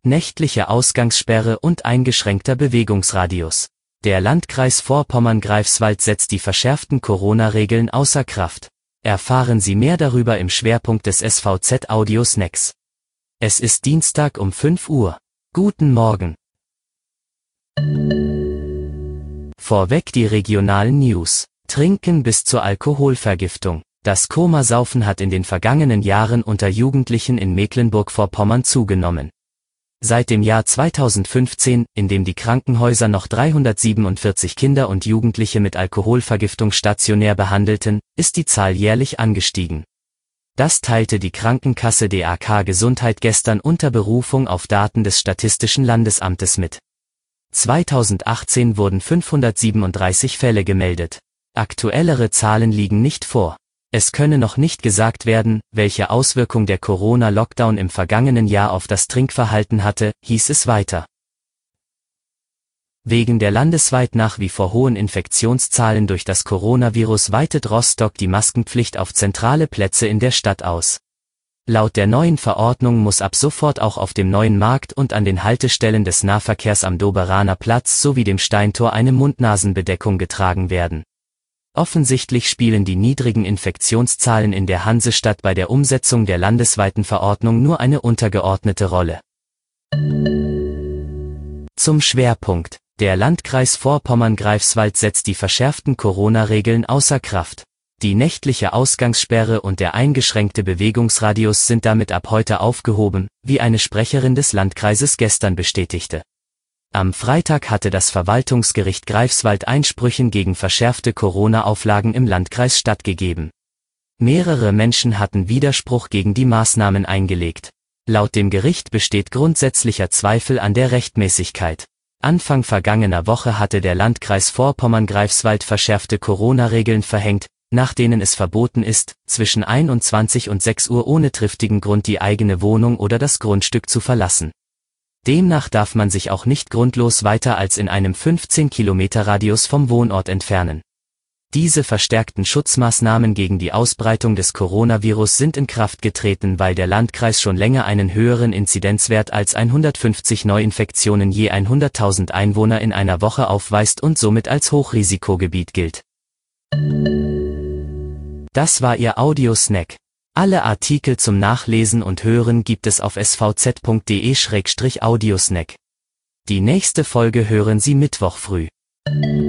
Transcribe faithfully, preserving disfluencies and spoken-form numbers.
Nächtliche Ausgangssperre und eingeschränkter Bewegungsradius. Der Landkreis Vorpommern-Greifswald setzt die verschärften Corona-Regeln außer Kraft. Erfahren Sie mehr darüber im Schwerpunkt des S V Z Audio Snacks. Es ist Dienstag um fünf Uhr. Guten Morgen. Vorweg die regionalen News. Trinken bis zur Alkoholvergiftung. Das Komasaufen hat in den vergangenen Jahren unter Jugendlichen in Mecklenburg-Vorpommern zugenommen. Seit dem Jahr zweitausendfünfzehn, in dem die Krankenhäuser noch dreihundertsiebenundvierzig Kinder und Jugendliche mit Alkoholvergiftung stationär behandelten, ist die Zahl jährlich angestiegen. Das teilte die Krankenkasse D A K Gesundheit gestern unter Berufung auf Daten des Statistischen Landesamtes mit. zweitausendachtzehn wurden fünfhundertsiebenunddreißig Fälle gemeldet. Aktuellere Zahlen liegen nicht vor. Es könne noch nicht gesagt werden, welche Auswirkung der Corona-Lockdown im vergangenen Jahr auf das Trinkverhalten hatte, hieß es weiter. Wegen der landesweit nach wie vor hohen Infektionszahlen durch das Coronavirus weitet Rostock die Maskenpflicht auf zentrale Plätze in der Stadt aus. Laut der neuen Verordnung muss ab sofort auch auf dem Neuen Markt und an den Haltestellen des Nahverkehrs am Doberaner Platz sowie dem Steintor eine Mund-Nasen-Bedeckung getragen werden. Offensichtlich spielen die niedrigen Infektionszahlen in der Hansestadt bei der Umsetzung der landesweiten Verordnung nur eine untergeordnete Rolle. Zum Schwerpunkt. Der Landkreis Vorpommern-Greifswald setzt die verschärften Corona-Regeln außer Kraft. Die nächtliche Ausgangssperre und der eingeschränkte Bewegungsradius sind damit ab heute aufgehoben, wie eine Sprecherin des Landkreises gestern bestätigte. Am Freitag hatte das Verwaltungsgericht Greifswald Einsprüchen gegen verschärfte Corona-Auflagen im Landkreis stattgegeben. Mehrere Menschen hatten Widerspruch gegen die Maßnahmen eingelegt. Laut dem Gericht besteht grundsätzlicher Zweifel an der Rechtmäßigkeit. Anfang vergangener Woche hatte der Landkreis Vorpommern-Greifswald verschärfte Corona-Regeln verhängt, nach denen es verboten ist, zwischen einundzwanzig und sechs Uhr ohne triftigen Grund die eigene Wohnung oder das Grundstück zu verlassen. Demnach darf man sich auch nicht grundlos weiter als in einem fünfzehn Kilometer Radius vom Wohnort entfernen. Diese verstärkten Schutzmaßnahmen gegen die Ausbreitung des Coronavirus sind in Kraft getreten, weil der Landkreis schon länger einen höheren Inzidenzwert als hundertfünfzig Neuinfektionen je hunderttausend Einwohner in einer Woche aufweist und somit als Hochrisikogebiet gilt. Das war Ihr Audiosnack. Alle Artikel zum Nachlesen und Hören gibt es auf s v z punkt d e slash audiosnack. Die nächste Folge hören Sie Mittwoch früh.